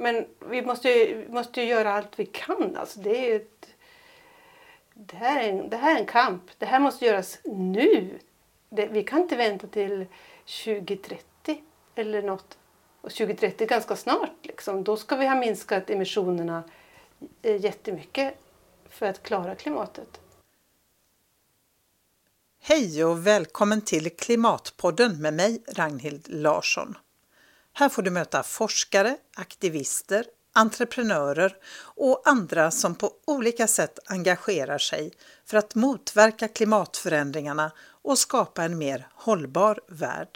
Men vi måste ju göra allt vi kan. Alltså det här är en kamp. Det här måste göras nu. Vi kan inte vänta till 2030 eller något. Och 2030 är ganska snart. Liksom. Då ska vi ha minskat emissionerna jättemycket för att klara klimatet. Hej och välkommen till Klimatpodden med mig Ragnhild Larsson. Här får du möta forskare, aktivister, entreprenörer och andra som på olika sätt engagerar sig för att motverka klimatförändringarna och skapa en mer hållbar värld.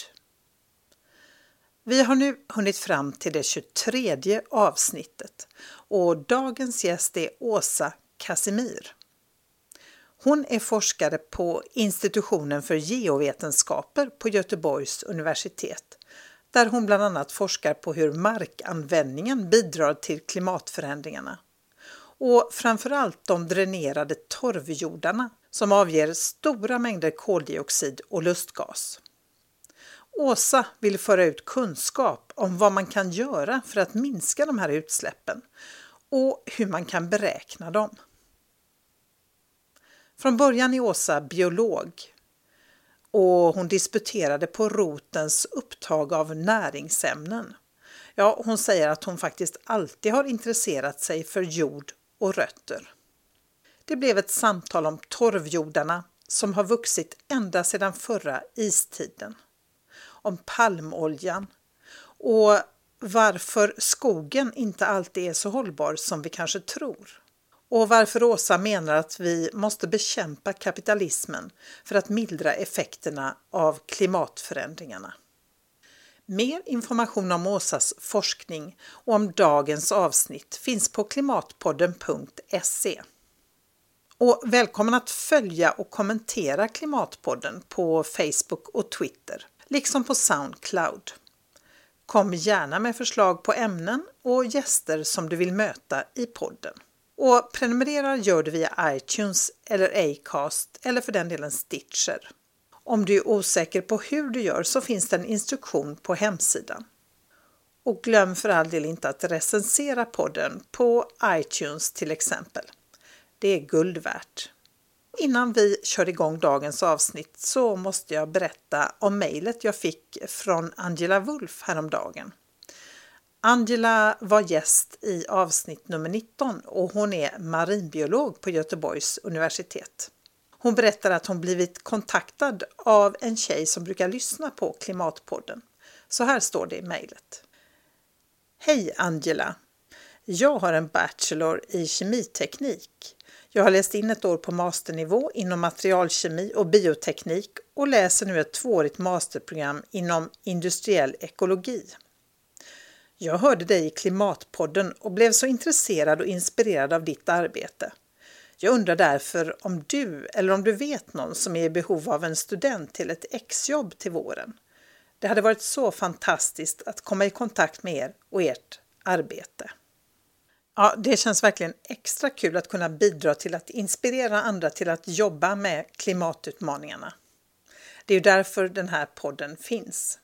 Vi har nu hunnit fram till det 23:e avsnittet och dagens gäst är Åsa Casimir. Hon är forskare på institutionen för geovetenskaper på Göteborgs universitet, där hon bland annat forskar på hur markanvändningen bidrar till klimatförändringarna och framförallt de dränerade torvjordarna som avger stora mängder koldioxid och lustgas. Åsa vill föra ut kunskap om vad man kan göra för att minska de här utsläppen och hur man kan beräkna dem. Från början är Åsa biolog och hon disputerade på rotens upptag av näringsämnen. Ja, hon säger att hon faktiskt alltid har intresserat sig för jord och rötter. Det blev ett samtal om torvjordarna som har vuxit ända sedan förra istiden. Om palmoljan och varför skogen inte alltid är så hållbar som vi kanske tror. Och varför Åsa menar att vi måste bekämpa kapitalismen för att mildra effekterna av klimatförändringarna. Mer information om Åsas forskning och om dagens avsnitt finns på klimatpodden.se. Och välkommen att följa och kommentera Klimatpodden på Facebook och Twitter, liksom på Soundcloud. Kom gärna med förslag på ämnen och gäster som du vill möta i podden. Och prenumerera gör du via iTunes eller Acast eller för den delen Stitcher. Om du är osäker på hur du gör så finns det en instruktion på hemsidan. Och glöm för all del inte att recensera podden på iTunes till exempel. Det är guld värt. Innan vi kör igång dagens avsnitt så måste jag berätta om mejlet jag fick från Angela Wolf häromdagen. Angela var gäst i avsnitt nummer 19 och hon är marinbiolog på Göteborgs universitet. Hon berättar att hon blivit kontaktad av en tjej som brukar lyssna på Klimatpodden. Så här står det i mejlet. Hej Angela! Jag har en bachelor i kemiteknik. Jag har läst in ett år på masternivå inom materialkemi och bioteknik och läser nu ett 2-årigt masterprogram inom industriell ekologi. Jag hörde dig i Klimatpodden och blev så intresserad och inspirerad av ditt arbete. Jag undrar därför om du eller om du vet någon som är i behov av en student till ett exjobb till våren. Det hade varit så fantastiskt att komma i kontakt med er och ert arbete. Ja, det känns verkligen extra kul att kunna bidra till att inspirera andra till att jobba med klimatutmaningarna. Det är ju därför den här podden finns.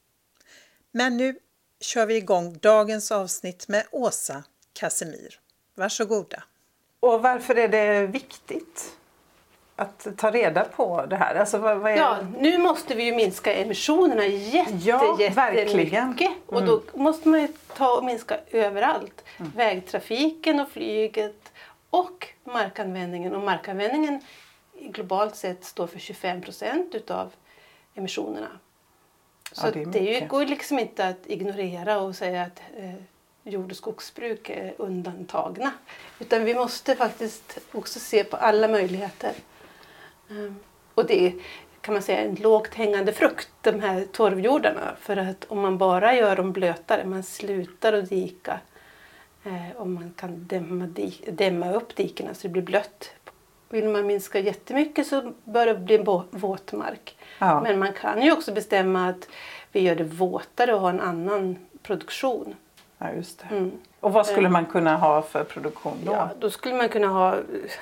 Men nu kör vi igång dagens avsnitt med Åsa Casimir. Varsågoda. Och varför är det viktigt att ta reda på det här? Alltså, vad är... Ja, nu måste vi ju minska emissionerna jättemycket. Och då måste man ju ta och minska överallt. Vägtrafiken och flyget och markanvändningen. Och markanvändningen globalt sett står för 25% utav emissionerna. Så det går liksom inte att ignorera och säga att jord- och skogsbruk är undantagna. Utan vi måste faktiskt också se på alla möjligheter. Och det är, kan man säga, en lågt hängande frukt, de här torvjordarna. För att om man bara gör dem blötare, man slutar att dika. Om man kan dämma upp dikerna så det blir blött. Vill man minska jättemycket så bör det bli våtmark. Ja. Men man kan ju också bestämma att vi gör det våtare och har en annan produktion. Ja, just det. Och vad skulle man kunna ha för produktion då? Ja, då skulle man kunna ha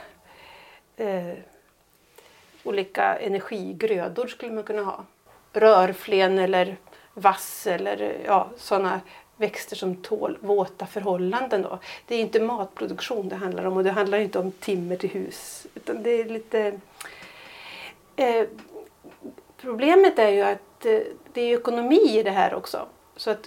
olika energigrödor skulle man kunna ha. Rörflen eller vass eller sådana växter som tål våta förhållanden då. Det är inte matproduktion det handlar om, och det handlar inte om timmer till hus, utan det är lite... Problemet är ju att det är ekonomi i det här också. Så att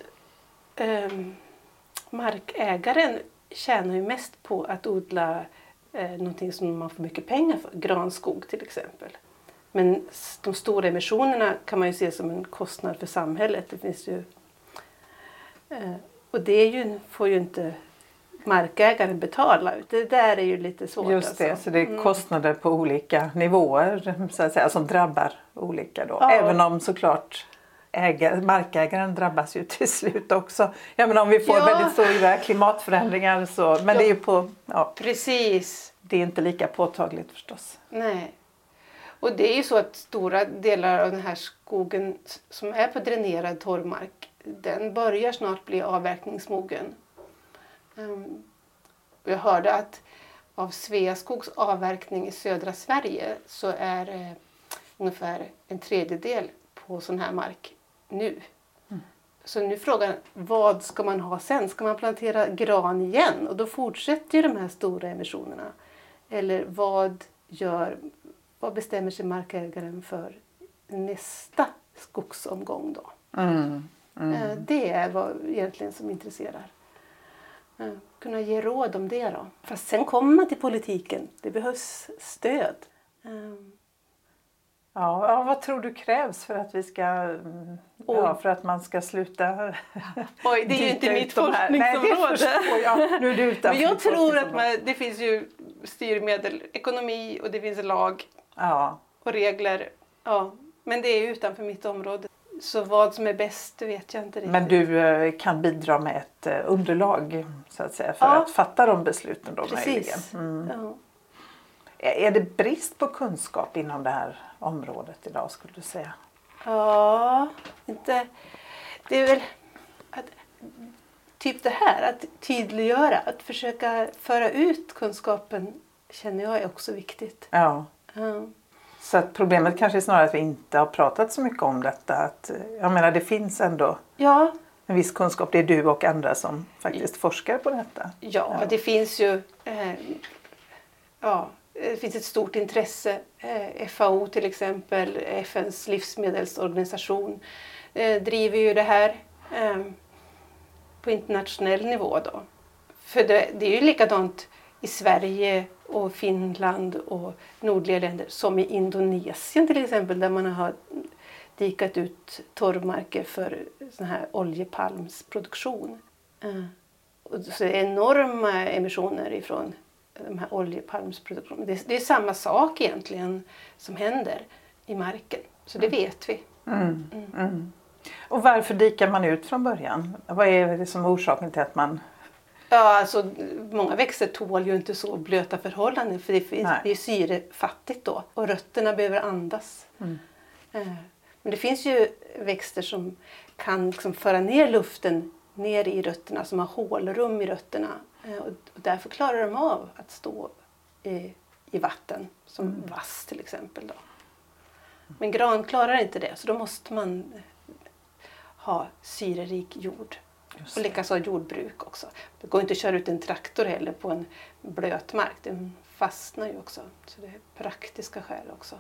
markägaren tjänar ju mest på att odla någonting som man får mycket pengar för. Granskog till exempel. Men de stora emissionerna kan man ju se som en kostnad för samhället. Det finns ju, och det är ju, får ju inte markägaren betala. Det där är ju lite svårt. Just det, alltså. så det är kostnader på olika nivåer så att säga, som drabbar olika då. Ja. Även om såklart markägaren drabbas ju till slut också. Ja, men om vi får väldigt stora klimatförändringar så, men det är ju på... Ja, precis. Det är inte lika påtagligt förstås. Nej. Och det är ju så att stora delar av den här skogen som är på dränerad torvmark, den börjar snart bli avverkningsmogen. Jag hörde att av Sveaskogs avverkning i södra Sverige så är ungefär en tredjedel på sån här mark nu. Så nu är frågan, vad ska man ha sen? Ska man plantera gran igen? Och då fortsätter ju de här stora emissionerna. Eller vad bestämmer sig markägaren för nästa skogsomgång då? Det är vad egentligen som intresserar. Kunna ge råd om det då. Fast sen kommer man till politiken. Det behövs stöd. Ja, vad tror du krävs för att vi ska för att man ska sluta? Oj, det är ju inte mitt forskningsområde. Nej, det förstår jag. Nu är du utanför. Men jag tror att det finns ju styrmedel, ekonomi, och det finns lag och regler. Ja, men det är ju utanför mitt område. Så vad som är bäst, det vet jag inte riktigt. Men du kan bidra med ett underlag så att säga för att fatta de besluten då. Precis. Ja. Är det brist på kunskap inom det här området idag skulle du säga? Ja, inte. Det är väl typ det här, att tydliggöra, att försöka föra ut kunskapen känner jag är också viktigt. Ja. Så att problemet kanske är snarare att vi inte har pratat så mycket om detta. Att, jag menar det finns ändå en viss kunskap. Det är du och andra som faktiskt forskar på detta. Ja, det finns ju det finns ett stort intresse. FAO till exempel, FNs livsmedelsorganisation, driver ju det här på internationell nivå då. För det är ju likadant i Sverige och Finland och nordliga länder som i Indonesien till exempel, där man har dikat ut torvmarker för sån här oljepalmsproduktion. Och så är det enorma emissioner ifrån de här oljepalmsproduktionen. Det är samma sak egentligen som händer i marken. Så det vet vi. Och varför dikar man ut från början? Vad är det som är orsaken till att man... Ja, alltså många växter tål ju inte så blöta förhållanden, för det är syrefattigt då. Och rötterna behöver andas. Men det finns ju växter som kan liksom föra ner luften ner i rötterna, som har hålrum i rötterna. Och därför klarar de av att stå i vatten, som vass till exempel då. Men gran klarar inte det, så då måste man ha syrerik jord. Och likaså jordbruk också. Det går inte att köra ut en traktor heller på en blöt mark. Den fastnar ju också. Så det är praktiska skäl också.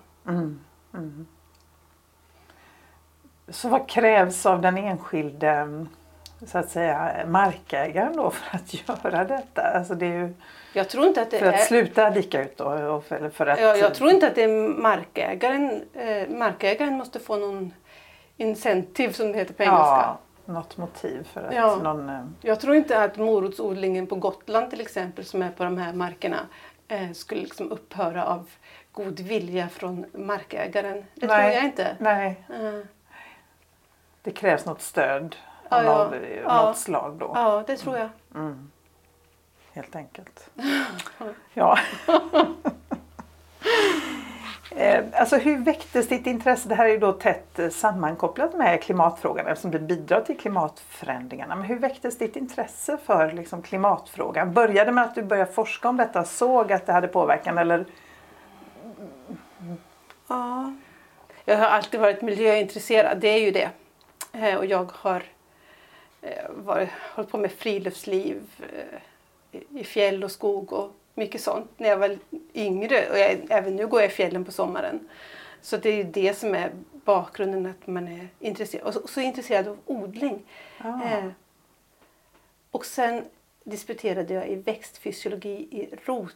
Så vad krävs av den enskilde så att säga markägaren då för att göra detta? Alltså det är ju jag tror inte att det för att sluta dika ut då, och för att... jag tror inte att det är markägaren. Markägaren måste få någon incentive som det heter på engelska. Ja, något motiv för att någon... Jag tror inte att morotsodlingen på Gotland till exempel, som är på de här markerna, skulle liksom upphöra av god vilja från markägaren. Det tror jag inte. Nej. Det krävs något stöd av något slag då. Ja, det tror jag. Helt enkelt. Ja. Alltså hur väcktes ditt intresse? Det här är ju då tätt sammankopplat med klimatfrågan eftersom det bidrar till klimatförändringarna. Men hur väcktes ditt intresse för liksom klimatfrågan? Började med att du började forska om detta och såg att det hade påverkan eller? Ja. Jag har alltid varit miljöintresserad, det är ju det. Och jag har hållit på med friluftsliv i fjäll och skog och mycket sånt när jag var yngre. Och även nu går jag i fjällen på sommaren. Så det är ju det som är bakgrunden, att man är intresserad. Och så intresserad av odling. Och sen disputerade jag i växtfysiologi i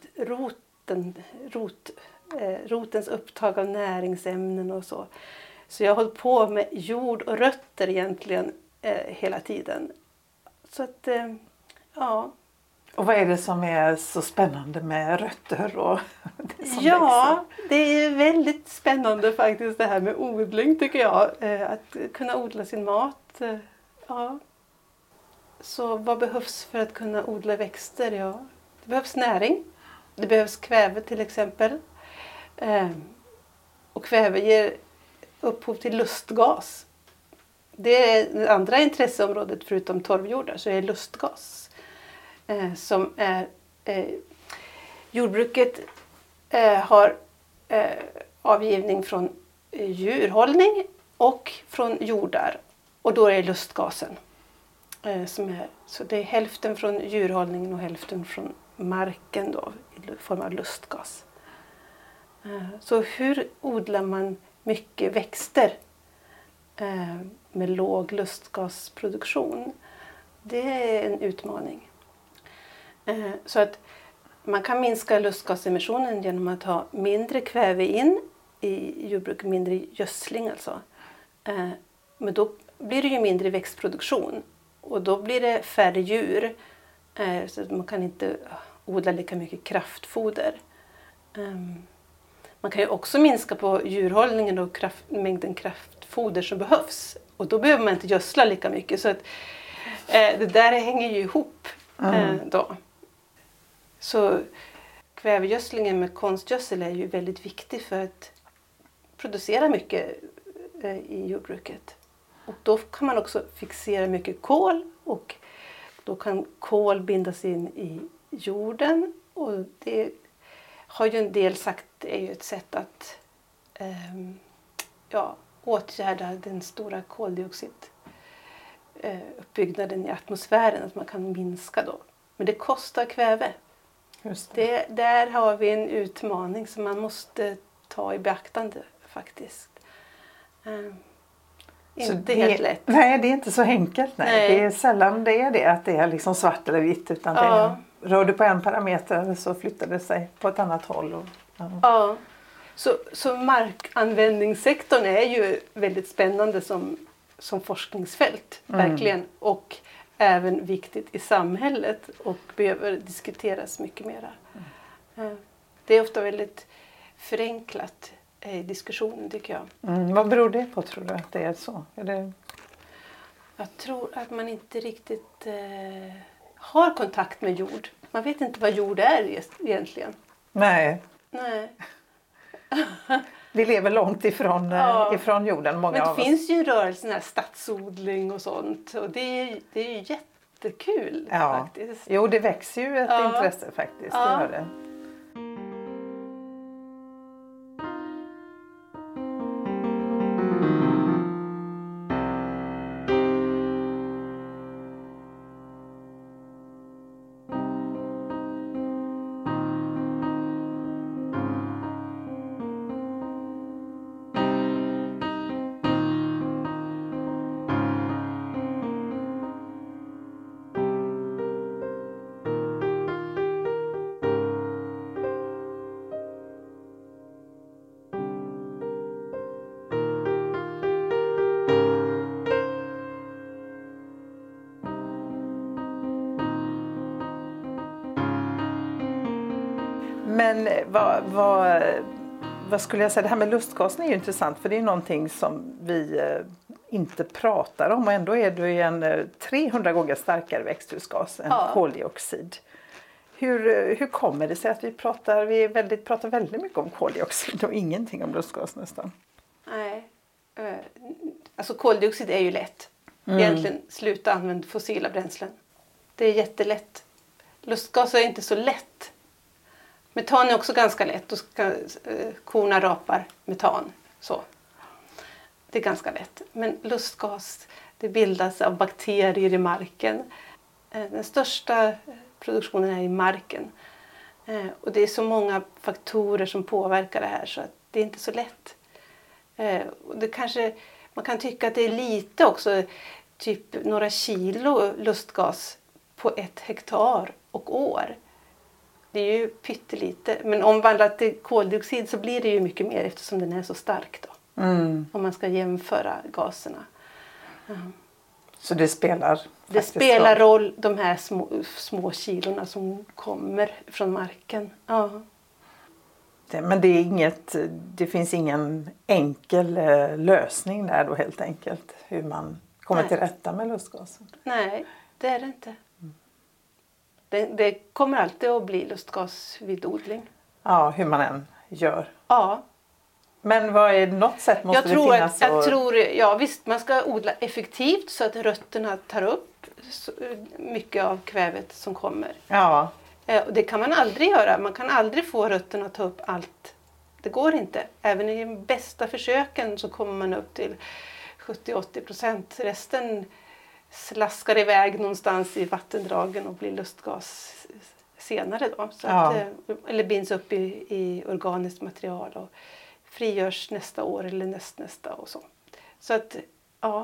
rotens upptag av näringsämnen och så. Så jag har hållit på med jord och rötter egentligen hela tiden. Så att, ja. Och vad är det som är så spännande med rötter och det som växer? Det är väldigt spännande faktiskt det här med odling, tycker jag. Att kunna odla sin mat. Ja. Så vad behövs för att kunna odla växter? Ja, det behövs näring. Det behövs kväve till exempel. Och kväve ger upphov till lustgas. Det är det andra intresseområdet förutom torvjordar, så är det lustgas. Som är, jordbruket har avgivning från djurhållning och från jordar. Och då är det lustgasen. Så det är hälften från djurhållningen och hälften från marken då, i form av lustgas. Så hur odlar man mycket växter med låg lustgasproduktion? Det är en utmaning. Så att man kan minska lustgasemissionen genom att ha mindre kväve in i jordbruk, mindre gödsling alltså. Men då blir det ju mindre växtproduktion. Och då blir det färre djur. Så man kan inte odla lika mycket kraftfoder. Man kan ju också minska på djurhållningen och mängden kraftfoder som behövs. Och då behöver man inte gödsla lika mycket. Så att, det där hänger ju ihop då. Så kvävegödslingen med konstgödsel är ju väldigt viktig för att producera mycket i jordbruket. Och då kan man också fixera mycket kol, och då kan kol bindas in i jorden. Och det har ju en del sagt är ju ett sätt att åtgärda den stora koldioxiduppbyggnaden i atmosfären, att man kan minska då. Men det kostar kväve. Just det. Där har vi en utmaning som man måste ta i beaktande faktiskt. Inte helt lätt. Nej, det är inte så enkelt. Nej. Det är sällan det att det är liksom svart eller vitt, utan rör du på en parameter så flyttar det sig på ett annat håll. Så markanvändningssektorn är ju väldigt spännande som forskningsfält, verkligen. Och även viktigt i samhället och behöver diskuteras mycket mera. Det är ofta väldigt förenklat i diskussionen, tycker jag. Vad beror det på, tror du, att det är så? Jag tror att man inte riktigt har kontakt med jord. Man vet inte vad jord är egentligen. Nej. Vi lever långt ifrån jorden, många av oss. Men det finns ju rörelsen här, stadsodling och sånt. Och det är ju jättekul faktiskt. Jo, det växer ju ett intresse faktiskt. Det gör det. Men vad skulle jag säga, det här med lustgasen är ju intressant, för det är någonting som vi inte pratar om, och ändå är det ju en 300 gånger starkare växthusgas än koldioxid. Hur kommer det sig att vi pratar väldigt mycket om koldioxid och ingenting om lustgas nästan? Nej, alltså koldioxid är ju lätt. Egentligen sluta använda fossila bränslen. Det är jättelätt. Lustgas är inte så lätt. Metan är också ganska lätt. Då ska korna rapar metan. Så. Det är ganska lätt. Men lustgas, Det bildas av bakterier i marken. Den största produktionen är i marken. Och det är så många faktorer som påverkar det här så att det är inte så lätt. Och det kanske, man kan tycka att det är lite också, typ några kilo lustgas på 1 hektar och år. Det är ju pyttelite. Men omvandlat till koldioxid så blir det ju mycket mer eftersom den är så stark då. Om man ska jämföra gaserna. Så det spelar roll de här små kilorna som kommer från marken. Ja. Men det finns ingen enkel lösning där då helt enkelt. Hur man kommer till rätta med lustgasen. Nej, det är det inte. Det kommer alltid att bli lustgas vid odling. Ja, hur man än gör. Ja. Men vad är något sätt måste det finnas? Ja visst, man ska odla effektivt så att rötterna tar upp mycket av kvävet som kommer. Ja. Och det kan man aldrig göra. Man kan aldrig få rötterna att ta upp allt. Det går inte. Även i de bästa försöken så kommer man upp till 70-80%. Resten slaskar iväg någonstans i vattendragen och blir lustgas senare då. Så eller binds upp i organiskt material och frigörs nästa år eller nästa och så. Så att, ja.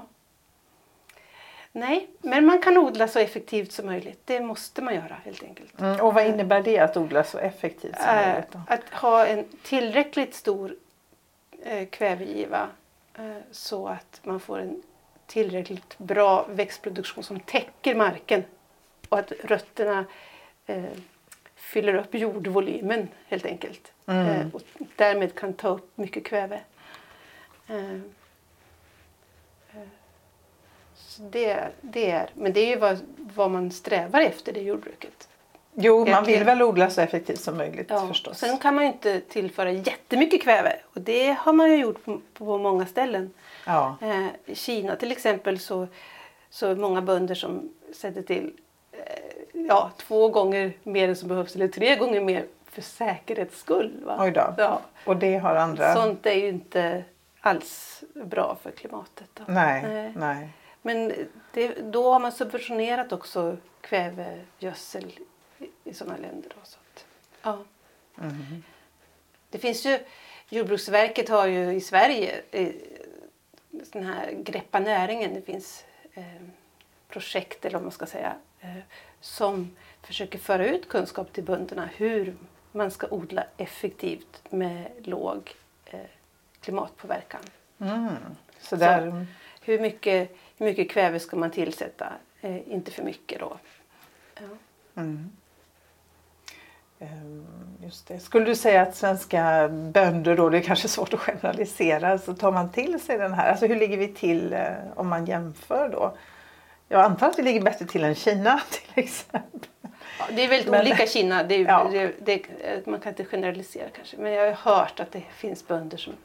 Nej, men man kan odla så effektivt som möjligt. Det måste man göra helt enkelt. Och vad innebär det att odla så effektivt som möjligt då? Att ha en tillräckligt stor kvävegiva så att man får en tillräckligt bra växtproduktion som täcker marken. Och att rötterna fyller upp jordvolymen helt enkelt. Och därmed kan ta upp mycket kväve. Så men det är ju vad man strävar efter det jordbruket. Jo, man vill väl odla så effektivt som möjligt förstås. Sen kan man ju inte tillföra jättemycket kväve. Och det har man ju gjort på många ställen. Ja. I Kina till exempel så är många bönder som sätter till 2 gånger mer än som behövs eller 3 gånger mer för säkerhets skull. Va? Oj då. Ja. Och det har andra... Sånt är ju inte alls bra för klimatet. Då. Nej. Men då har man subventionerat också kvävegödsel i sådana länder. Då, så att, ja. Det finns ju, Jordbruksverket har ju i Sverige den här Greppa näringen. Det finns projekt eller vad man ska säga som försöker föra ut kunskap till bönderna hur man ska odla effektivt med låg klimatpåverkan. Så hur mycket kväve ska man tillsätta? Inte för mycket då. Ja. Just det. Skulle du säga att svenska bönder då, det är kanske svårt att generalisera, så tar man till sig den här? Alltså hur ligger vi till om man jämför då? Jag antar att vi ligger bättre till än Kina till exempel. Ja, det är väldigt olika Kina. Man kan inte generalisera kanske. Men jag har hört att det finns bönder som...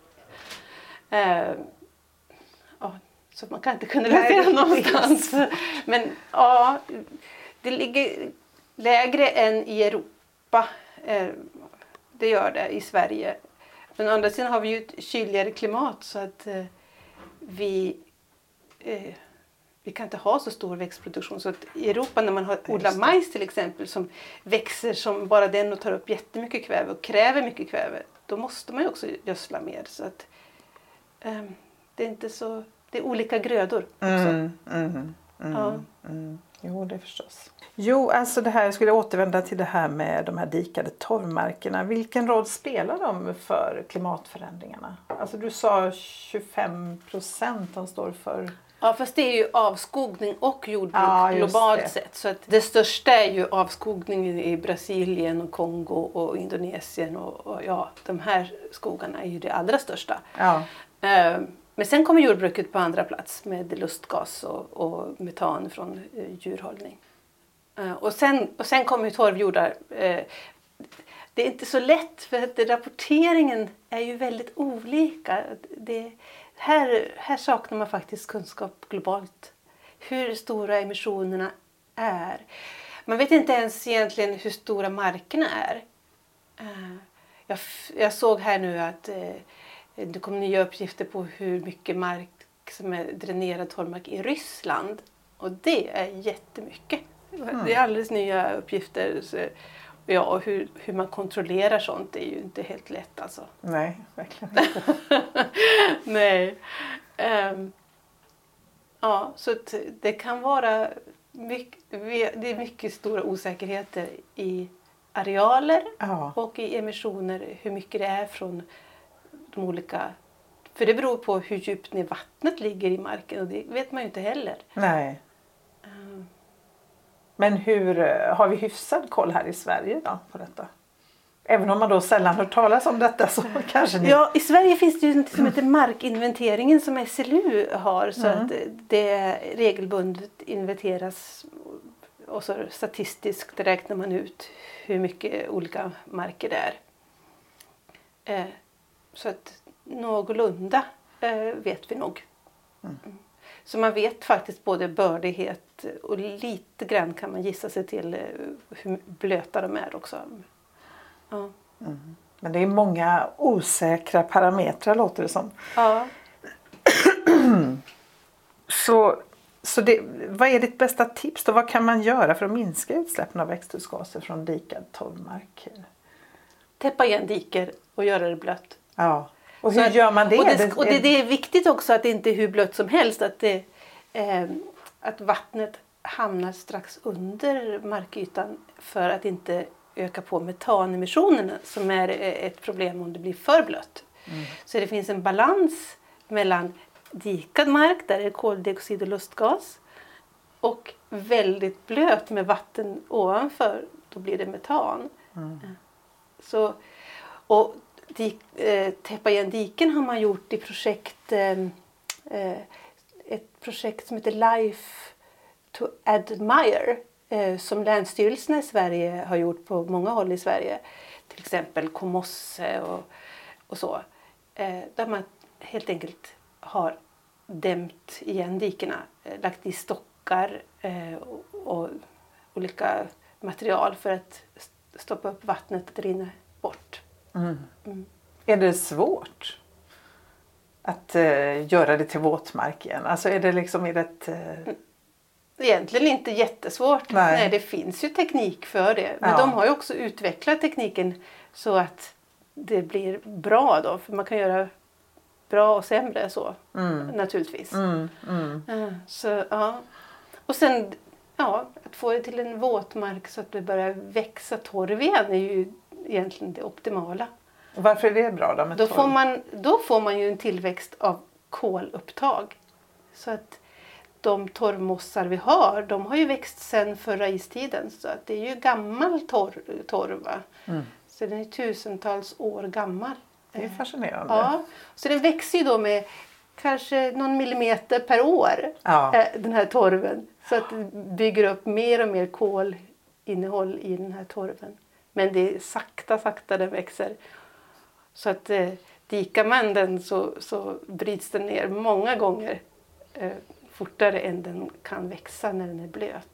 så man kan inte generalisera någonstans. Men ja, det ligger lägre än i Europa. Det gör det i Sverige. Men å andra sidan har vi ju ett kyligare klimat så att vi kan inte ha så stor växtproduktion. Så att i Europa när man odlar majs till exempel som växer som bara den och tar upp jättemycket kväve och kräver mycket kväve. Då måste man ju också gödsla mer. Så att det är inte så... Det är olika grödor också. Jo, det förstås. Jo, alltså det här, jag skulle återvända till det här med de här dikade torvmarkerna. Vilken roll spelar de för klimatförändringarna? Alltså du sa 25% de står för... Ja, fast det är ju avskogning och jordbruk globalt sett. Så att det största är ju avskogningen i Brasilien och Kongo och Indonesien. Och de här skogarna är ju det allra största. Ja. Men sen kommer jordbruket på andra plats med lustgas och metan från djurhållning. Och sen kommer ju torvjordar. Det är inte så lätt för att rapporteringen är ju väldigt olika. Här saknar man faktiskt kunskap globalt. Hur stora emissionerna är. Man vet inte ens egentligen hur stora markerna är. Jag såg här nu att det kommer nya uppgifter på hur mycket mark som är dränerad torvmark i Ryssland. Och det är jättemycket. Det är alldeles nya uppgifter. Så, ja, och hur man kontrollerar sånt är ju inte helt lätt alltså. Nej, verkligen inte. Nej. Ja, så det kan vara det är mycket stora osäkerheter i arealer och i emissioner, hur mycket det är från de olika. För det beror på hur djupt ner vattnet ligger i marken och det vet man ju inte heller. Nej. Men har vi hyfsad koll här i Sverige då på detta? Även om man då sällan hört talas om detta så kanske ni... Ja, i Sverige finns det ju något som heter markinventeringen som SLU har. Så att det regelbundet inventeras och så statistiskt räknar man ut hur mycket olika marker det är. Så att någorlunda vet vi nog. Så man vet faktiskt både bördighet och lite grann kan man gissa sig till hur blöta de är också. Ja. Men det är många osäkra parametrar låter det som. Ja. Så vad är ditt bästa tips då? Vad kan man göra för att minska utsläppen av växthusgaser från dikad torvmark? Täppa igen diker och göra det blött. Ja. Och hur gör man det? Och det är viktigt också att det inte är hur blött som helst. Att vattnet hamnar strax under markytan för att inte öka på metanemissionerna som är ett problem om det blir för blött. Så det finns en balans mellan dikad mark där det är koldioxid och lustgas och väldigt blöt med vatten ovanför, då blir det metan. Så, och täppa igen diken har man gjort i ett projekt som heter Life to Admire som länsstyrelserna i Sverige har gjort på många håll i Sverige. Till exempel Komosse och så. Där man helt enkelt har dämt igen dikerna, lagt i stockar och olika material för att stoppa upp vattnet att rinna bort. Är det svårt att göra det till våtmark igen? Alltså är det liksom Egentligen inte jättesvårt. Nej, det finns ju teknik för det. Men de har ju också utvecklat tekniken så att det blir bra då. För man kan göra bra och sämre så. Naturligtvis. Så, ja. Och sen att få det till en våtmark så att det börjar växa torv igen är ju egentligen det optimala. Och varför är det bra då med torv? Då får man ju en tillväxt av kolupptag. Så att de torvmossar vi har, de har ju växt sedan förra istiden. Så att det är ju gammal torv. Så den är tusentals år gammal. Det är fascinerande. Ja, så den växer ju då med kanske någon millimeter per år. Den här torven. Så att det bygger upp mer och mer kolinnehåll i den här torven. Men det är sakta den växer. Så att dikar man den så bryts den ner många gånger fortare än den kan växa när den är blöt.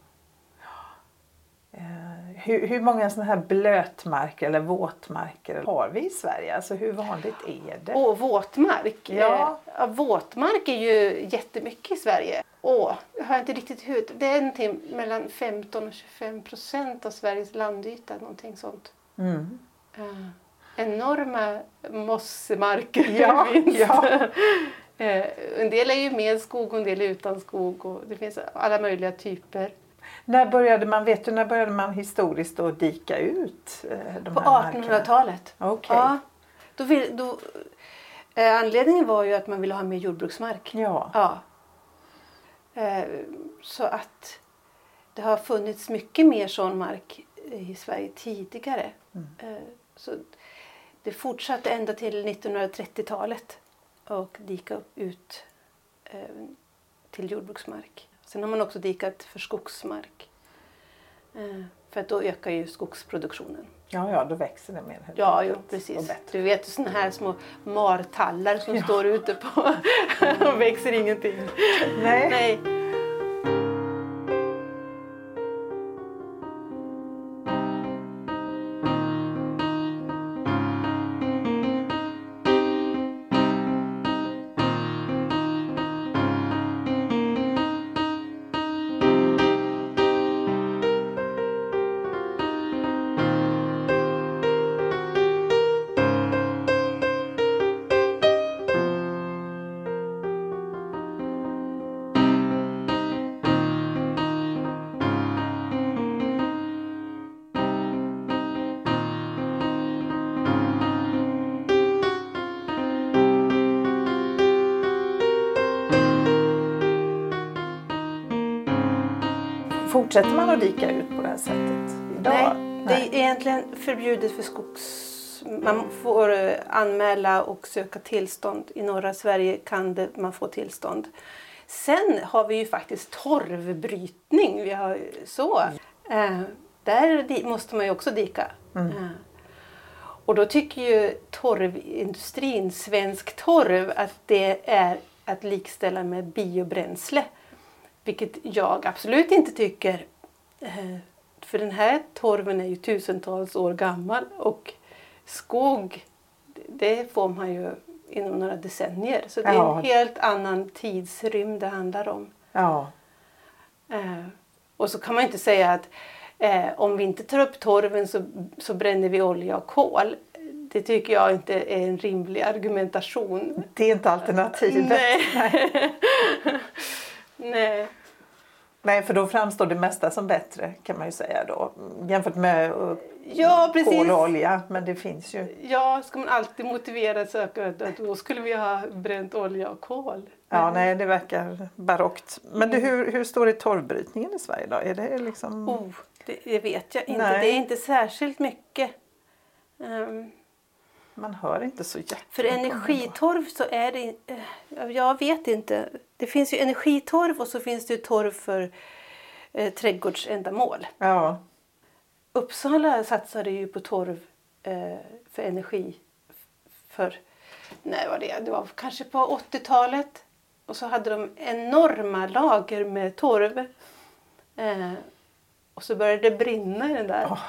Hur många sådana här blötmarker eller våtmarker har vi i Sverige? Alltså hur vanligt är det? Våtmark? Våtmark är ju jättemycket i Sverige. Jag har inte riktigt huvud. Det är mellan 15 och 25% av Sveriges landyta, någonting sånt. Enorma mossemarker finns. En del är ju med skog och en del är utan skog. Och det finns alla möjliga typer. När började man historiskt att dika ut de på här 1800-talet. Okej. Ja, anledningen var ju att man ville ha mer jordbruksmark. Ja. Så att det har funnits mycket mer sån mark i Sverige tidigare. Så det fortsatte ända till 1930-talet och dika ut till jordbruksmark. Sen har man också dikat för skogsmark. För att då ökar ju skogsproduktionen. Ja, då växer det mer. Ja, precis. Du vet såna här små martallar som står ute på och växer ingenting. Nej. Fortsätter man att dika ut på det här sättet idag? Nej, det är egentligen förbjudet för man får anmäla och söka tillstånd. I norra Sverige kan man få tillstånd. Sen har vi ju faktiskt torvbrytning. Vi har där måste man ju också dika. Och då tycker ju torvindustrin, svensk torv, att det är att likställa med biobränsle. Vilket jag absolut inte tycker. För den här torven är ju tusentals år gammal och skog, det får man ju inom några decennier. Så det är en helt annan tidsrymd det handlar om. Ja. Och så kan man inte säga att om vi inte tar upp torven så bränner vi olja och kol. Det tycker jag inte är en rimlig argumentation. Det är inte alternativet. Nej. Nej. Nej, för då framstår det mesta som bättre kan man ju säga då. Jämfört med kol och olja. Men det finns ju. Ja, ska man alltid motivera att då skulle vi ha bränt olja och kol. Ja, nej, det verkar barockt. Men hur står det i torvbrytningen i Sverige då? Är det liksom... Det vet jag inte. Nej. Det är inte särskilt mycket. Man hör inte så jättemycket. För energitorv så är det... jag vet inte. Det finns ju energitorv och så finns det ju torv för trädgårdsändamål. Ja. Uppsala satsade ju på torv för energi det var kanske på 80-talet. Och så hade de enorma lager med torv. Och så började det brinna i den där.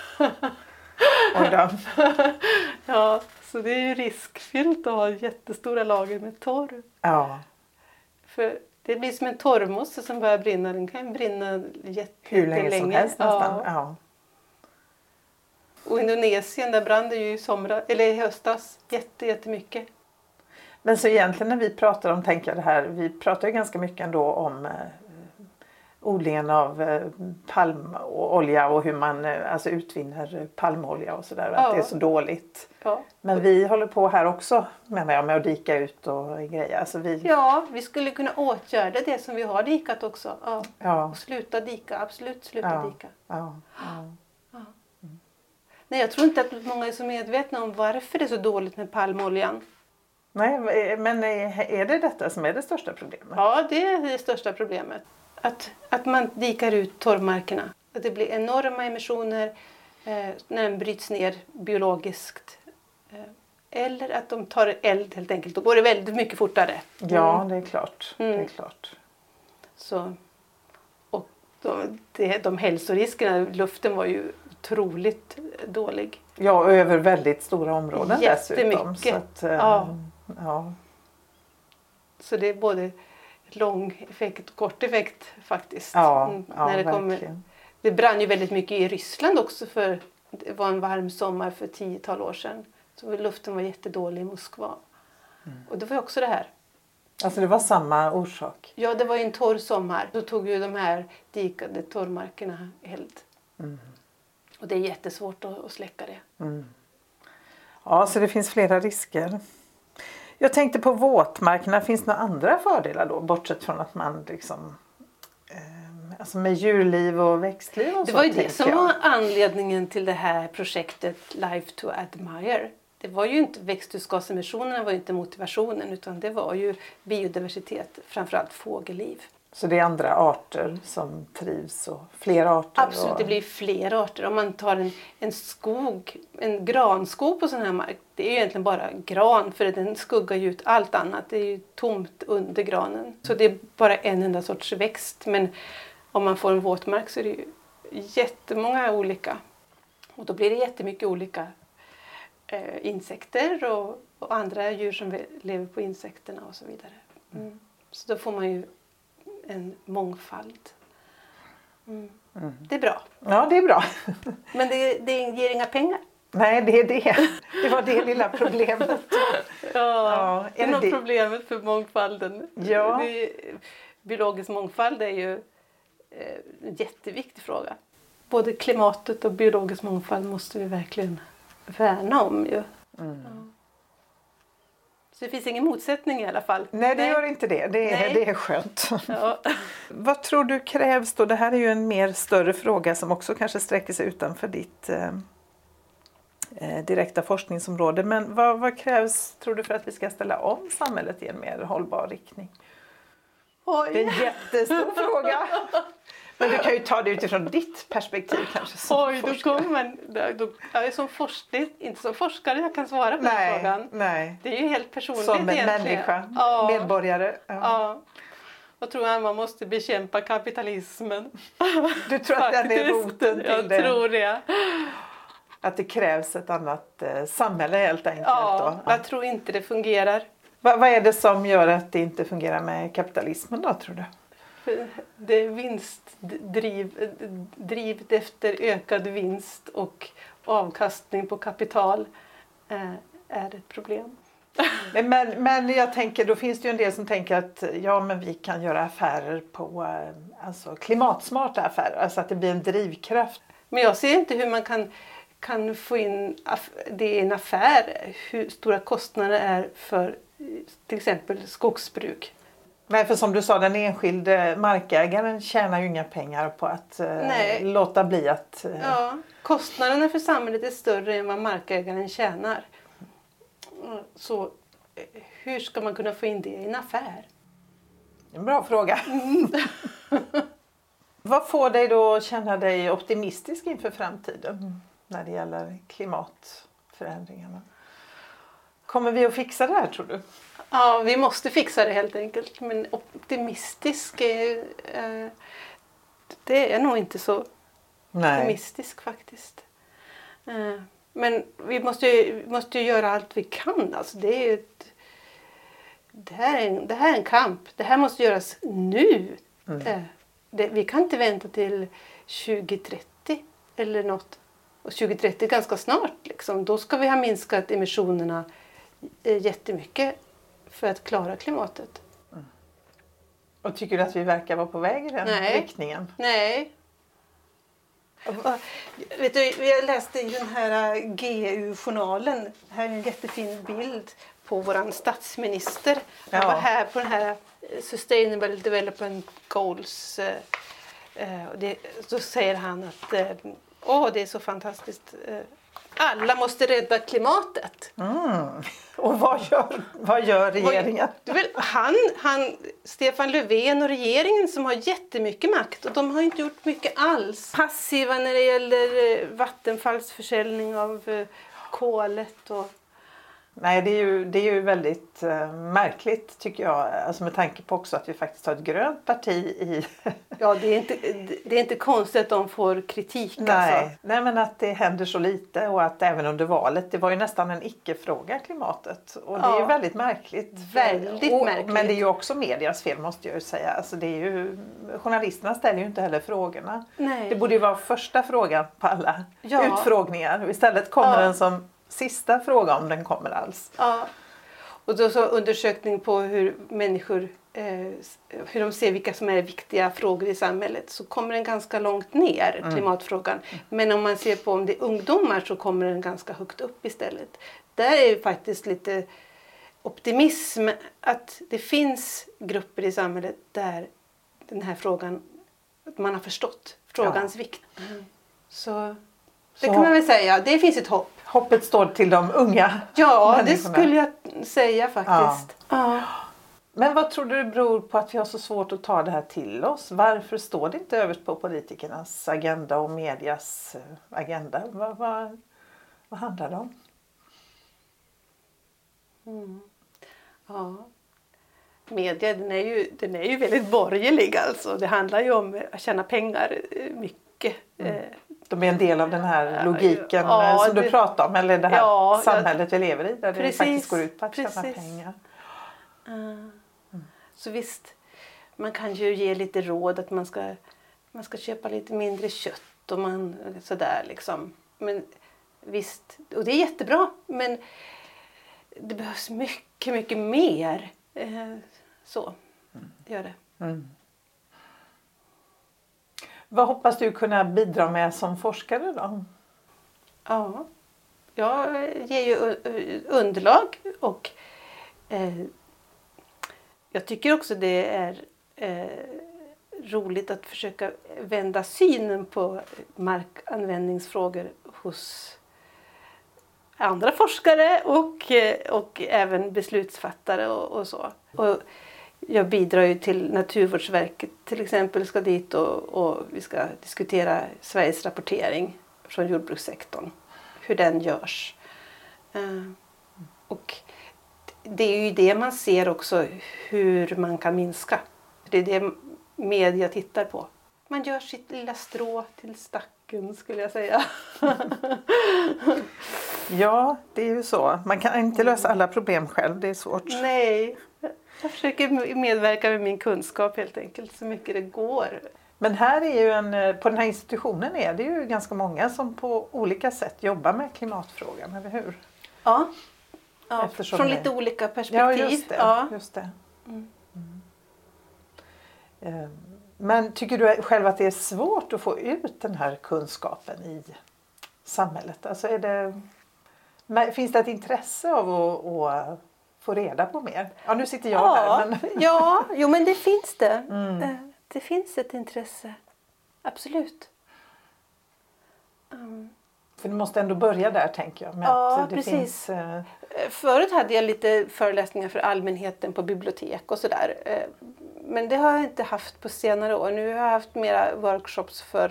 Ja, så det är ju riskfyllt att ha jättestora lager med torv. Ja. För det blir som en torvmosse som börjar brinna. Den kan brinna hur länge som helst nästan. Ja. Och Indonesien, där brann det ju i höstas jättemycket. Men så egentligen när vi pratar om, tänker jag det här, vi pratar ju ganska mycket ändå om odlingen av palmolja och hur man utvinner palmolja och sådär. Att det är så dåligt. Ja. Men vi håller på här också med att dika ut och grejer. Alltså vi skulle kunna åtgärda det som vi har dikat också. Ja. Och sluta dika, absolut sluta dika. Ja. Nej, jag tror inte att många är så medvetna om varför det är så dåligt med palmoljan. Nej, men är det detta som är det största problemet? Ja, det är det största problemet. Att man dikar ut torvmarkerna. Att det blir enorma emissioner när den bryts ner biologiskt. Eller att de tar eld helt enkelt. Då går det väldigt mycket fortare. Ja, det är klart. Det är klart. Så, och de hälsoriskerna, luften var ju otroligt dålig. Ja, över väldigt stora områden dessutom. Jättemycket. Ja. Så det är både lång effekt och kort effekt faktiskt. Verkligen. Det brann ju väldigt mycket i Ryssland också, för det var en varm sommar för 10-tal år sedan. Så luften var jättedålig i Moskva. Och det var också det här. Alltså det var samma orsak? Ja, det var ju en torr sommar. Då tog ju de här dikade torrmarkerna eld. Och det är jättesvårt att släcka det. Ja, så det finns flera risker. Jag tänkte på våtmarkerna, finns det några andra fördelar då? Bortsett från att man liksom... med djurliv och växtliv och det var ju det som var anledningen till det här projektet Life to Admire. Det var ju inte växthusgasemissionerna, var ju inte motivationen, utan det var ju biodiversitet, framförallt fågelliv. Så det är andra arter som trivs och fler arter? Absolut, det blir fler arter. Om man tar en granskog på sån här mark, det är ju egentligen bara gran, för den skuggar ju ut allt annat. Det är ju tomt under granen. Så det är bara en enda sorts växt. Men om man får en våtmark så är det ju jättemånga olika. Och då blir det jättemycket olika insekter och andra djur som lever på insekterna och så vidare. Så då får man ju en mångfald. Det är bra. Ja, det är bra. Men det ger inga pengar. Nej, det är det. Det var det lilla problemet. Det är nog problemet för mångfalden. Ja. Biologisk mångfald är ju en jätteviktig fråga. Både klimatet och biologisk mångfald måste vi verkligen värna om ju. Så det finns ingen motsättning i alla fall. Nej, det gör inte det. Det är skönt. Ja. Vad tror du krävs då? Det här är ju en mer större fråga som också kanske sträcker sig utanför ditt direkta forskningsområde. Men vad krävs, tror du, för att vi ska ställa om samhället i en mer hållbar riktning? Oj. Det är en jättestor fråga. Men du kan ju ta det utifrån ditt perspektiv kanske. Då kommer man... Jag är som inte som forskare jag kan svara på den frågan. Nej. Det är ju helt personligt som egentligen. Människa, medborgare. Ja. Jag tror att man måste bekämpa kapitalismen. Du tror att den är roten till det? Jag tror det. Att det krävs ett annat samhälle helt enkelt? Ja, jag tror inte det fungerar. Vad är det som gör att det inte fungerar med kapitalismen då, tror du? Det är drivet efter ökad vinst och avkastning på kapital är ett problem. Men jag tänker, då finns det ju en del som tänker att men vi kan göra affärer på alltså klimatsmarta affärer, alltså att det blir en drivkraft. Men jag ser inte hur man kan få in det i en affär, hur stora kostnader är för till exempel skogsbruk. Nej, för som du sa, den enskilde markägaren tjänar ju inga pengar på att låta bli att... Ja, kostnaderna för samhället är större än vad markägaren tjänar. Så hur ska man kunna få in det i en affär? En bra fråga. Vad får dig då att känna dig optimistisk inför framtiden när det gäller klimatförändringarna? Kommer vi att fixa det här, tror du? Ja, vi måste fixa det helt enkelt. Men optimistisk det är nog inte så optimistisk faktiskt. Men vi måste ju göra allt vi kan. Alltså det här är en kamp. Det här måste göras nu. Vi kan inte vänta till 2030 eller något. Och 2030 är ganska snart. Liksom. Då ska vi ha minskat emissionerna jättemycket för att klara klimatet. Och tycker du att vi verkar vara på väg i den riktningen? Nej. Vet du, jag läste ju den här GU-journalen. Här är en jättefin bild på våran statsminister. Han var här på den här Sustainable Development Goals. Då säger han att det är så fantastiskt. Alla måste rädda klimatet. Och vad gör regeringen? Stefan Löfven och regeringen som har jättemycket makt. Och de har inte gjort mycket alls. Passiva när det gäller Vattenfalls försäljning av kolet. Nej, det är ju väldigt märkligt tycker jag. Alltså med tanke på också att vi faktiskt har ett grönt parti i... Ja, det är inte konstigt att de får kritik. Nej, men att det händer så lite och att även under valet, det var ju nästan en icke-fråga, klimatet. Och det är ju väldigt märkligt. Väldigt märkligt. Men det är ju också medias fel, måste jag ju säga. Alltså journalisterna ställer ju inte heller frågorna. Nej. Det borde ju vara första frågan på alla utfrågningar. Och istället kommer den som sista fråga, om den kommer alls. Ja. Och då så undersökning på hur människor hur de ser vilka som är viktiga frågor i samhället, så kommer den ganska långt ner, klimatfrågan. Men om man ser på om det är ungdomar, så kommer den ganska högt upp istället. Där är ju faktiskt lite optimism att det finns grupper i samhället där den här frågan, att man har förstått frågans vikt. Så det kan man väl säga, det finns ett hopp. Hoppet står till de unga människorna. Det skulle jag säga faktiskt. Ja. Men vad tror du beror på att vi har så svårt att ta det här till oss? Varför står det inte överst på politikernas agenda och medias agenda? Vad handlar det om? Ja. Media, den är ju väldigt borgerlig alltså. Det handlar ju om att tjäna pengar mycket. De är en del av den här logiken som du pratar om, eller det här samhället vi lever i, där det faktiskt går ut på att tjäna pengar. Så visst, man kan ju ge lite råd att man ska köpa lite mindre kött och sådär liksom. Men visst, och det är jättebra, men det behövs mycket, mycket mer. Så gör det. Vad hoppas du kunna bidra med som forskare då? Ja, jag ger ju underlag och Jag tycker också det är roligt att försöka vända synen på markanvändningsfrågor hos andra forskare och även beslutsfattare och så. Och jag bidrar ju till Naturvårdsverket till exempel, ska dit och vi ska diskutera Sveriges rapportering från jordbrukssektorn. Hur den görs. Och det är ju det man ser också, hur man kan minska. Det är det media tittar på. Man gör sitt lilla strå till stacken, skulle jag säga. Ja, det är ju så. Man kan inte lösa alla problem själv, det är svårt. Nej, jag försöker medverka med min kunskap helt enkelt så mycket det går. Men här är ju på den här institutionen är det ju ganska många som på olika sätt jobbar med klimatfrågan, eller hur? Ja, från lite olika perspektiv. Ja, just det. Ja. Just det. Men tycker du själv att det är svårt att få ut den här kunskapen i samhället? Alltså finns det ett intresse av att få reda på mer? Ja, nu sitter jag här. Men... men det finns det. Det finns ett intresse. Absolut. För du måste ändå börja där, tänker jag. Med att det precis. Finns, Förut hade jag lite föreläsningar för allmänheten på bibliotek och sådär. Men det har jag inte haft på senare år. Nu har jag haft mera workshops för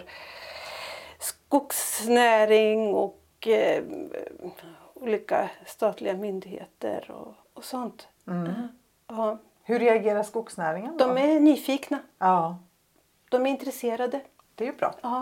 skogsnäring och olika statliga myndigheter och sånt. Ja. Hur reagerar skogsnäringen då? De är nyfikna. Ja. De är intresserade. Det är ju bra. Ja.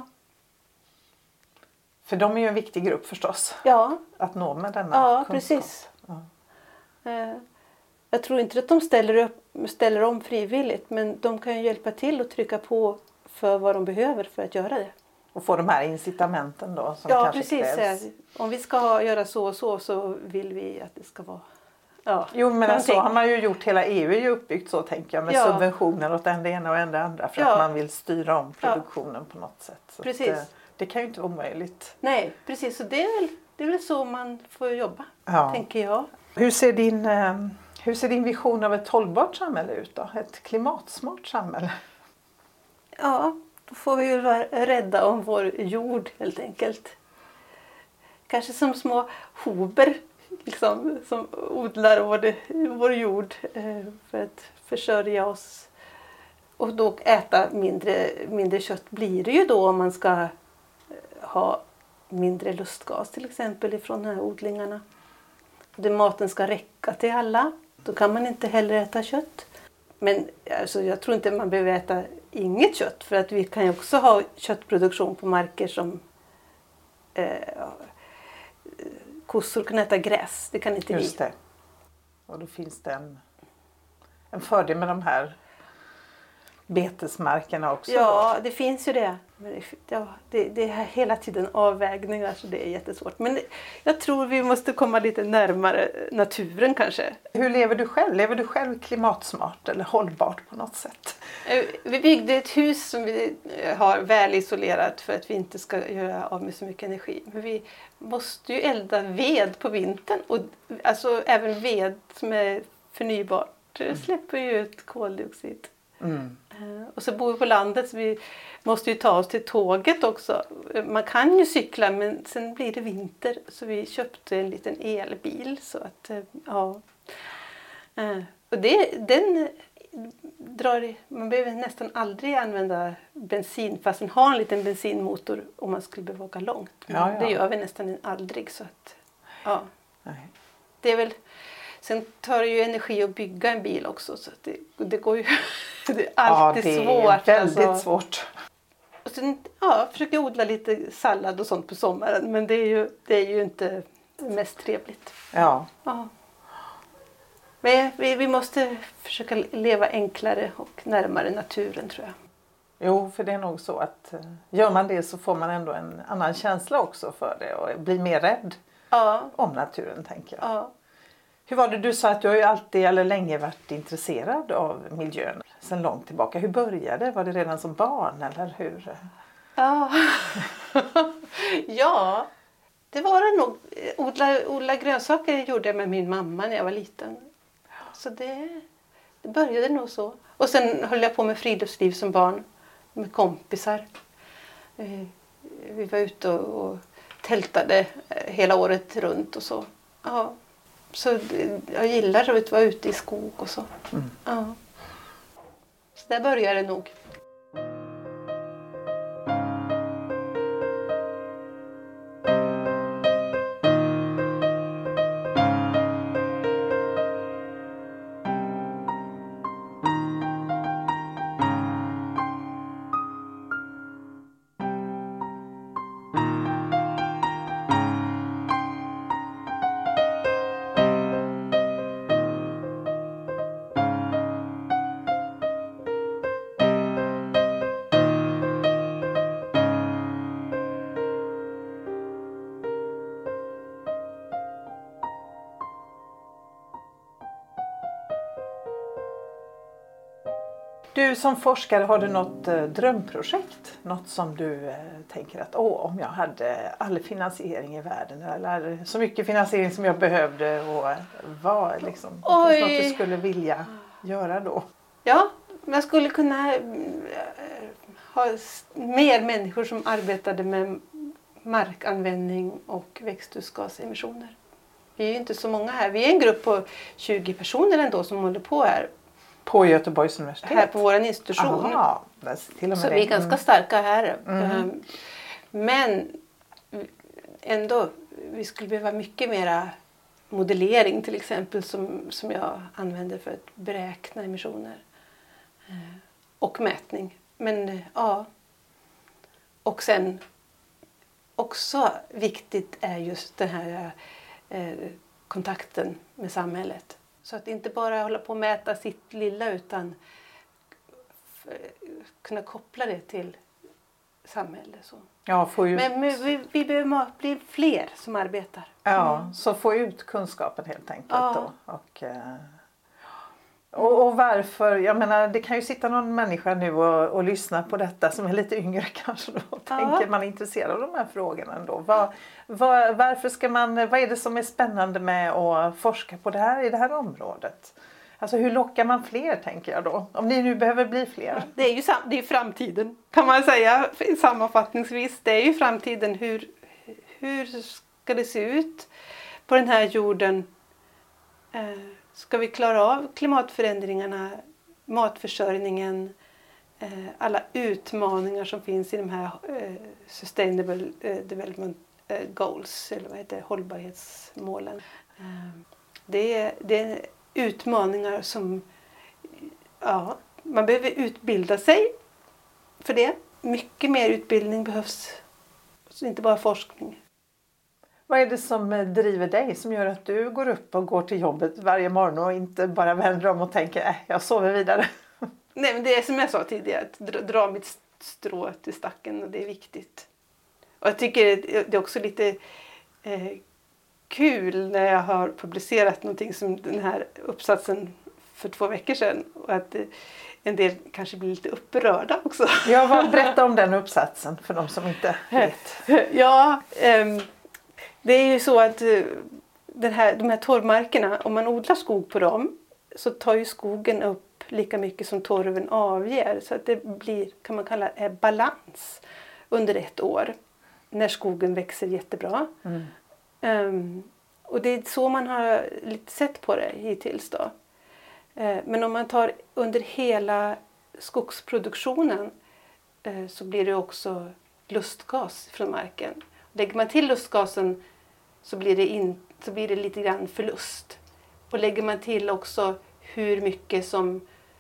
För de är ju en viktig grupp förstås. Ja. Att nå med denna kunskap. Precis. Ja. Jag tror inte att de ställer om frivilligt, men de kan ju hjälpa till och trycka på för vad de behöver för att göra det. Och få de här incitamenten då som ja, kanske precis. krävs. Om vi ska göra så och så vill vi att det ska vara... Ja, jo, men någonting. så har man ju gjort. Hela EU är ju uppbyggt så, tänker jag, med subventioner åt det ena och det andra för att man vill styra om produktionen på något sätt. Så precis. Det kan ju inte vara omöjligt. Nej, precis. Så det är väl så man får jobba, tänker jag. Hur ser din vision av ett hållbart samhälle ut då? Ett klimatsmart samhälle? Ja, då får vi ju vara rädda om vår jord helt enkelt. Kanske som små hober liksom, som odlar vår jord för att försörja oss. Och då äta mindre kött blir det ju då om man ska ha mindre lustgas till exempel ifrån de här odlingarna. Maten ska räcka till alla. Då kan man inte heller äta kött. Men alltså, jag tror inte man behöver äta inget kött. För att vi kan ju också ha köttproduktion på marker som kossor kan äta gräs. Det kan inte vi. Just det. Och då finns det en fördel med de här betesmarkerna också. Ja, det finns ju det. Men det är hela tiden avvägningar så det är jättesvårt. Men jag tror vi måste komma lite närmare naturen kanske. Hur lever du själv? Lever du själv klimatsmart eller hållbart på något sätt? Vi byggde ett hus som vi har väl isolerat för att vi inte ska göra av med så mycket energi. Men vi måste ju elda ved på vintern. Och alltså även ved som är förnybart släpper ju ut koldioxid. Och så bor vi på landet så vi måste ju ta oss till tåget också. Man kan ju cykla men sen blir det vinter så vi köpte en liten elbil så att och den drar, man behöver nästan aldrig använda bensin fast den har en liten bensinmotor om man skulle behöva åka långt. Men det gör vi nästan aldrig så att Nej. Det är väl. Sen tar det ju energi att bygga en bil också så att det går ju det är alltid svårt. Det är väldigt svårt. Och sen försöker odla lite sallad och sånt på sommaren men det är ju inte mest trevligt. Ja. Men vi måste försöka leva enklare och närmare naturen tror jag. Jo, för det är nog så att gör man det så får man ändå en annan känsla också för det och blir mer rädd om naturen, tänker jag. Ja. Hur var det du sa att du har ju alltid eller länge varit intresserad av miljön sedan långt tillbaka. Hur började det? Var det redan som barn eller hur? Ja, det var det nog. Odla grönsaker gjorde jag med min mamma när jag var liten. Så det började nog så. Och sen höll jag på med friluftsliv som barn med kompisar. Vi var ute och tältade hela året runt och så. Ja. Så jag gillar att vara ute i skog och så. Ja. Så där började det nog. Du som forskare, har du något drömprojekt? Något som du tänker att om jag hade all finansiering i världen eller så mycket finansiering som jag behövde och vad liksom, finns något du skulle vilja göra då? Ja, man skulle kunna ha mer människor som arbetade med markanvändning och växthusgasemissioner. Vi är ju inte så många här. Vi är en grupp på 20 personer ändå som håller på här. På Göteborgs universitet? Här på vår institution. Aha, till och med så vi är ganska starka här. Men ändå, vi skulle behöva mycket mera modellering till exempel som jag använder för att beräkna emissioner. Och mätning. Men ja. Och sen också viktigt är just den här kontakten med samhället. Så att inte bara hålla på att mäta sitt lilla utan kunna koppla det till samhället. Så. Ja, men vi behöver bli fler som arbetar. Ja, så få ut kunskapen helt enkelt då. Och varför, jag menar det kan ju sitta någon människa nu och lyssna på detta som är lite yngre kanske då. Och tänker man är intresserad av de här frågorna ändå. Varför ska man, vad är det som är spännande med att forska på det här i det här området? Alltså hur lockar man fler tänker jag då? Om ni nu behöver bli fler. Det är ju framtiden kan man säga sammanfattningsvis. Det är ju framtiden. Hur ska det se ut på den här jorden? Ska vi klara av klimatförändringarna, matförsörjningen, alla utmaningar som finns i de här Sustainable Development Goals, eller vad heter det, hållbarhetsmålen. Det är utmaningar som man behöver utbilda sig för det. Mycket mer utbildning behövs, så inte bara forskning. Vad är det som driver dig som gör att du går upp och går till jobbet varje morgon och inte bara vänder om och tänker jag sover vidare? Nej, men det är som jag sa tidigare, att dra mitt strå till stacken och det är viktigt. Och jag tycker det är också lite kul när jag har publicerat någonting som den här uppsatsen för 2 veckor sedan och att en del kanske blir lite upprörda också. Ja, berätta om den uppsatsen för de som inte vet. Ja, det är ju så att de här torvmarkerna, om man odlar skog på dem så tar ju skogen upp lika mycket som torven avger. Så att det blir, kan man kalla balans under 1 år när skogen växer jättebra. Och det är så man har lite sett på det hittills då. Men om man tar under hela skogsproduktionen så blir det också lustgas från marken. Lägger man till lustgasen så blir det lite grann förlust. Och lägger man till också hur mycket som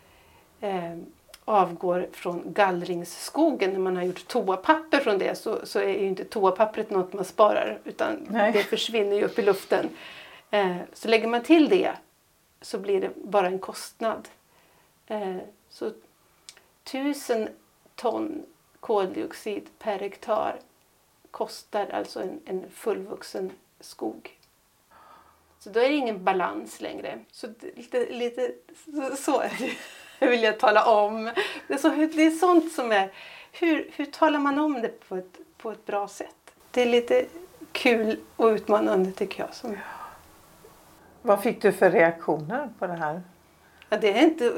avgår från gallringsskogen när man har gjort toapapper från det så är ju inte toapappret något man sparar utan det försvinner ju upp i luften. Så lägger man till det så blir det bara en kostnad. Så 1000 ton koldioxid per hektar kostar alltså en fullvuxen skog. Så då är det ingen balans längre. Så lite så vill jag tala om. Det är sånt som är, hur talar man om det på ett bra sätt? Det är lite kul och utmanande tycker jag. Vad fick du för reaktioner på det här? Ja, det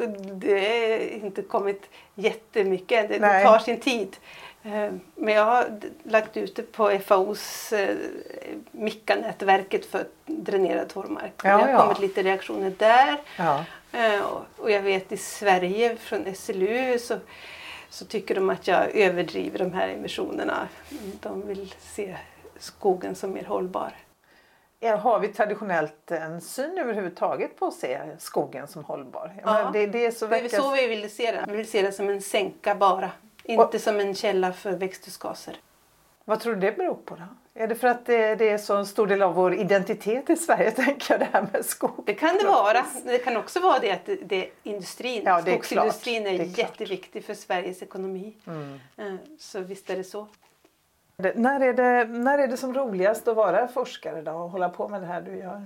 är inte kommit jättemycket. Det tar sin tid. Men jag har lagt ut det på FAOs MICA-nätverket för dränerad torvmark. Det har kommit lite reaktioner där. Ja. Och jag vet i Sverige från SLU så tycker de att jag överdriver de här emissionerna. De vill se skogen som mer hållbar. Har vi traditionellt en syn överhuvudtaget på att se skogen som hållbar? Ja, det är så vi vill se den. Vi vill se den som en sänka bara. Inte som en källa för växthusgaser. Vad tror du det beror på då? Är det för att det är så en stor del av vår identitet i Sverige, tänker jag, det här med skog? Det kan det vara. Det kan också vara det att det är industrin. Ja, det är skogsindustrin är jätteviktig för Sveriges ekonomi. Så visst är det så. När är det som roligast att vara forskare då och hålla på med det här du gör?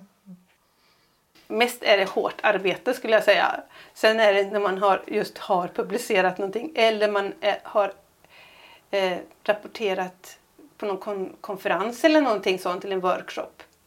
Mest är det hårt arbete skulle jag säga. Sen är det när man har publicerat någonting eller man har rapporterat på någon konferens eller någonting sånt till en workshop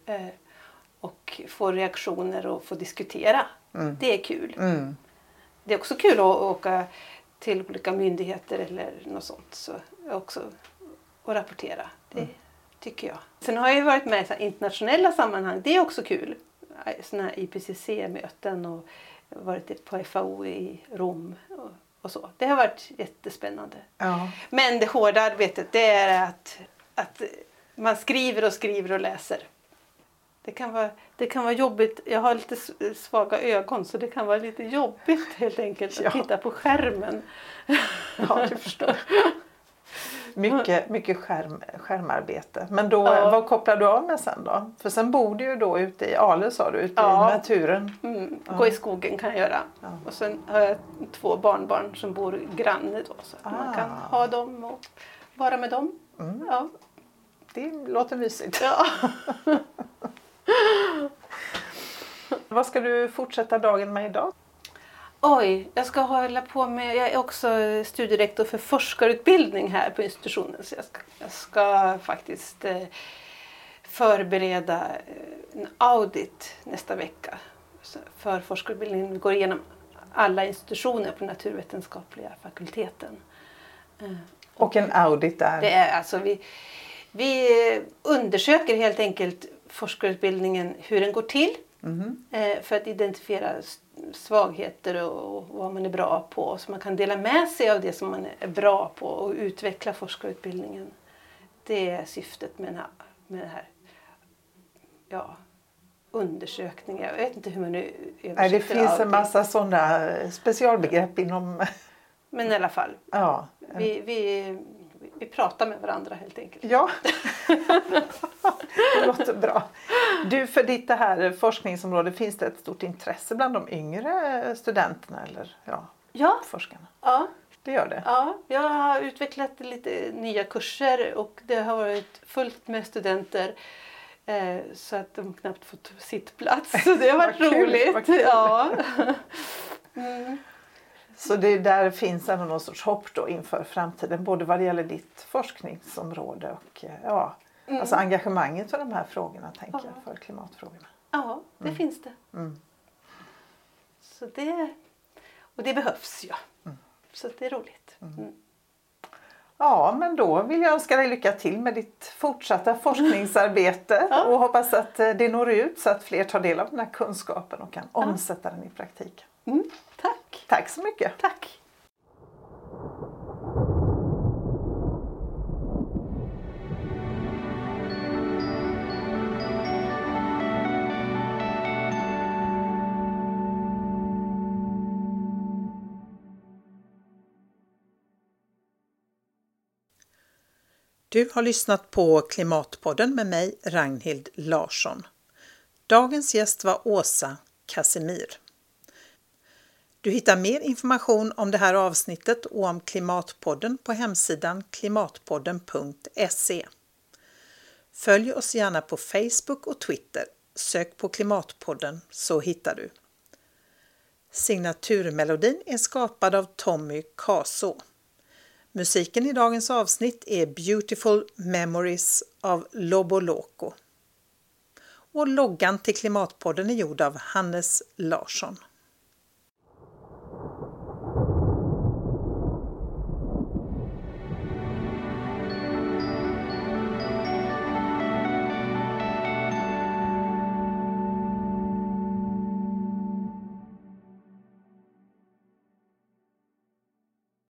och får reaktioner och får diskutera. Det är kul. Det är också kul att åka till olika myndigheter eller något sånt så också och rapportera. Det tycker jag. Sen har jag ju varit med i internationella sammanhang. Det är också kul. Såna här IPCC-möten och varit på FAO i Rom och så. Det har varit jättespännande. Ja. Men det hårda arbetet det är att man skriver och läser. Det kan vara jobbigt. Jag har lite svaga ögon så det kan vara lite jobbigt helt enkelt att titta på skärmen. Ja, det förstår. Mycket skärmarbete. Men då, vad kopplar du av med sen då? För sen bor du ju då ute i Ale, sa du, ute i naturen. Gå i skogen kan jag göra. Ja. Och sen har jag 2 barnbarn som bor granne då. Så att man kan ha dem och vara med dem. Ja. Det låter mysigt. Ja. Vad ska du fortsätta dagen med idag? Jag ska hålla på med, jag är också studierektor för forskarutbildning här på institutionen. Så jag ska faktiskt förbereda en audit nästa vecka för forskarutbildningen. Vi går igenom alla institutioner på naturvetenskapliga fakulteten. Och en audit där? Det är alltså vi undersöker helt enkelt forskarutbildningen, hur den går till. För att identifiera svagheter och vad man är bra på. Så man kan dela med sig av det som man är bra på och utveckla forskarutbildningen. Det är syftet med den här undersökningen. Jag vet inte hur man översätter. Det finns en massa sådana specialbegrepp inom... Men i alla fall. Ja. Vi pratar med varandra helt enkelt. Ja, det låter bra. Du, för ditt det här forskningsområde, finns det ett stort intresse bland de yngre studenterna eller forskarna? Ja. Det gör det? Ja, jag har utvecklat lite nya kurser och det har varit fullt med studenter så att de knappt fått sitt plats. Så det har varit roligt. Kul. Ja. Så det där finns ändå någon sorts hopp då inför framtiden, både vad det gäller ditt forskningsområde och alltså engagemanget för de här frågorna, tänker jag, för klimatfrågorna. Ja, det finns det. Så det behövs ju. Så det är roligt. Ja, men då vill jag önska dig lycka till med ditt fortsatta forskningsarbete och hoppas att det når ut så att fler tar del av den här kunskapen och kan omsätta den i praktiken. Tack. Tack så mycket. Tack. Du har lyssnat på Klimatpodden med mig, Ragnhild Larsson. Dagens gäst var Åsa Casimir. Du hittar mer information om det här avsnittet och om Klimatpodden på hemsidan klimatpodden.se. Följ oss gärna på Facebook och Twitter. Sök på Klimatpodden så hittar du. Signaturmelodin är skapad av Tommy Kaso. Musiken i dagens avsnitt är Beautiful Memories av Lobo Loco. Och loggan till Klimatpodden är gjord av Hannes Larsson.